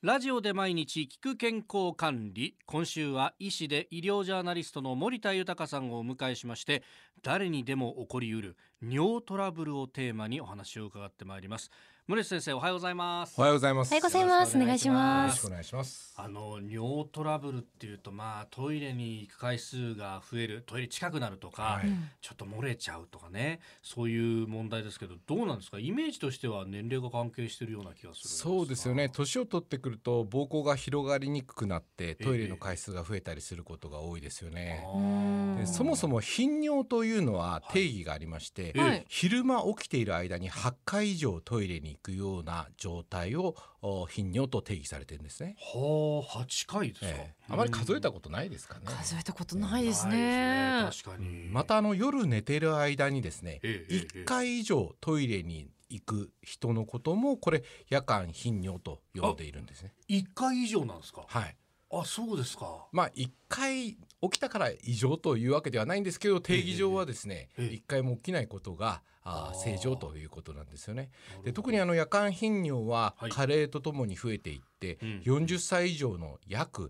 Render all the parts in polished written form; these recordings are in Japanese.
ラジオで毎日聞く健康管理。今週は医師で医療ジャーナリストの森田豊さんをお迎えしまして、誰にでも起こりうる尿トラブルをテーマにお話を伺ってまいります。森田先生、おはようございます。 おはようございます。 おはようございます。お願いしまよろしす。 くお願いします。 尿トラブルっていうと、トイレに行く回数が増える、トイレ近くなるとか、ちょっと漏れちゃうとかね、そういう問題ですけど、どうなんですか？イメージとしては年齢が関係しているような気がするんですが。 そうですよね。年を取ってくると膀胱が広がりにくくなってトイレの回数が増えたりすることが多いですよね。でそもそも頻尿というのは定義がありまして、昼間起きている間に8回以上トイレに行くような状態を頻尿と定義されているんですね。 はあ、8回ですか？ あまり数えたことないですかね。 数えたことないですないね。 ですね。確かに。 また夜寝ている間にですね、1回以上トイレに行く人のこともこれ夜間頻尿と呼んでいるんですね。 1回以上なんですか？ はい。 あ、そうですか。 1回起きたから異常というわけではないんですけど、定義上はですね、1回も起きないことが正常ということなんですよね。で、特に夜間頻尿は加齢とともに増えていって、40歳以上の約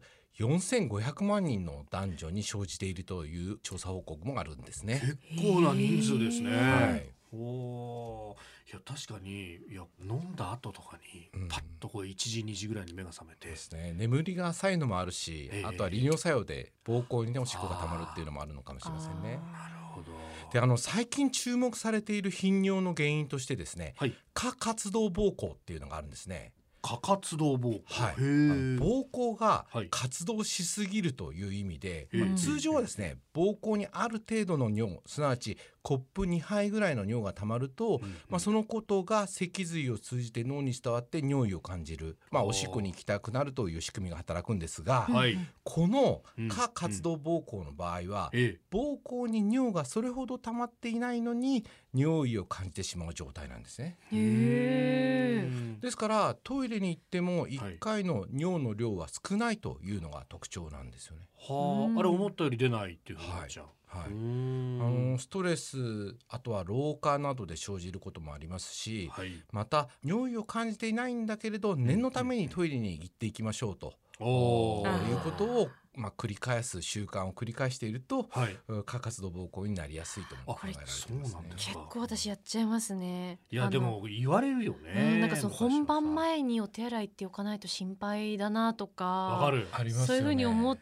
4500万人の男女に生じているという調査報告もあるんですね。 結構な人数ですね。 はい。 いや確かに飲んだ後とかにパッと1時2時ぐらいに目が覚めてですね、眠りが浅いのもあるし、あとは利尿作用で膀胱におしっこがたまるっていうのもあるのかもしれませんね。 なるほど。 で、最近注目されている頻尿の原因としてですね、過活動膀胱っていうのがあるんですね。 過活動膀胱、 膀胱が活動しすぎるという意味で、通常はですね、膀胱にある程度の尿、すなわちコップ2杯ぐらいの尿がたまると、そのことが脊髄を通じて脳に伝わって尿意を感じる、おしっこに行きたくなるという仕組みが働くんですが、この過活動膀胱の場合は、膀胱に尿がそれほど溜まっていないのに尿意を感じてしまう状態なんですね。ですからトイレに行っても1回の尿の量は少ないというのが特徴なんですよね。 あれ思ったより出ないっていうふうになっちゃう。 ストレス、あとは老化などで生じることもありますし、また尿意を感じていないんだけれど念のためにトイレに行っていきましょうということを繰り返す習慣を繰り返していると、過活動膀胱になりやすいとも考えられてますね。 結構私やっちゃいますね。 いやでも言われるよね。 なんか本番前にお手洗いっておかないと心配だなとか、 わかる。 ありますよね。 そういうふうに思って、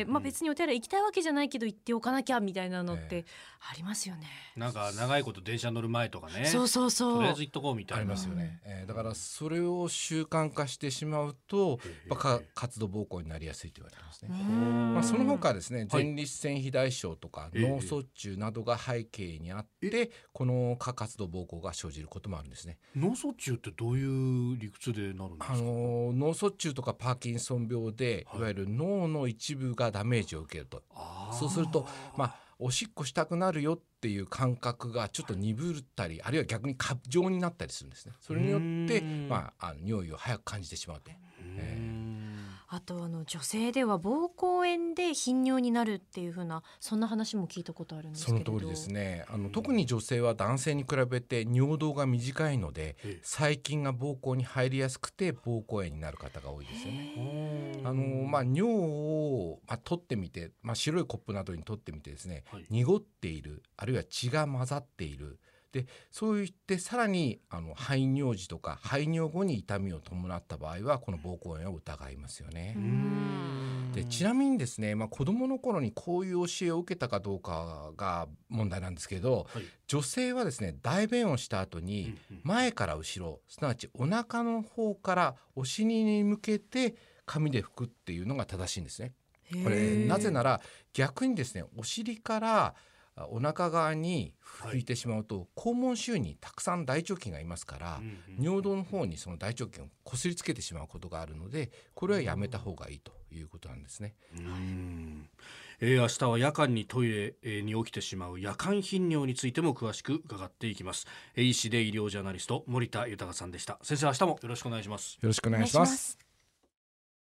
別にお手洗い行きたいわけじゃないけど行っておかなきゃみたいなのってありますよね。 なんか長いこと電車乗る前とかね。 そうとりあえず行っとこうみたいな。 ありますよね。だからそれを習慣化してしまうと、過活動膀胱になりやすいと言われてますね。その他ですね、前立腺肥大症とか脳卒中などが背景にあって、この過活動膀胱が生じることもあるんですね。 脳卒中ってどういう理屈でなるんですか？ 脳卒中とかパーキンソン病で、いわゆる脳の一部がダメージを受けると。そうするとおしっこしたくなるよっていう感覚がちょっと鈍ったり、あるいは逆に過剰になったりするんですね。それによって尿意を早く感じてしまうと。 あと女性では膀胱炎で頻尿になるっていう風な、そんな話も聞いたことあるんですけれど。 その通りですね。特に女性は男性に比べて尿道が短いので、細菌が膀胱に入りやすくて膀胱炎になる方が多いですよね。尿を取ってみて、白いコップなどに取ってみてですね、濁っている、あるいは血が混ざっている、でそう言ってさらに排尿時とか排尿後に痛みを伴った場合はこの膀胱炎を疑いますよね。でちなみにですね、子どもの頃にこういう教えを受けたかどうかが問題なんですけど、女性はですね、大便をした後に前から後ろ、すなわちお腹の方からお尻に向けて紙で拭くっていうのが正しいんですね。これなぜなら逆にですね、お尻からお腹側に拭いてしまうと、肛門周囲にたくさん大腸菌がいますから、尿道の方にその大腸菌をこすりつけてしまうことがあるので、これはやめた方がいいということなんですね。 明日は夜間にトイレに起きてしまう夜間頻尿についても詳しく伺っていきます。医師で医療ジャーナリスト森田豊さんでした。先生、明日もよろしくお願いします。 よろしくお願いします。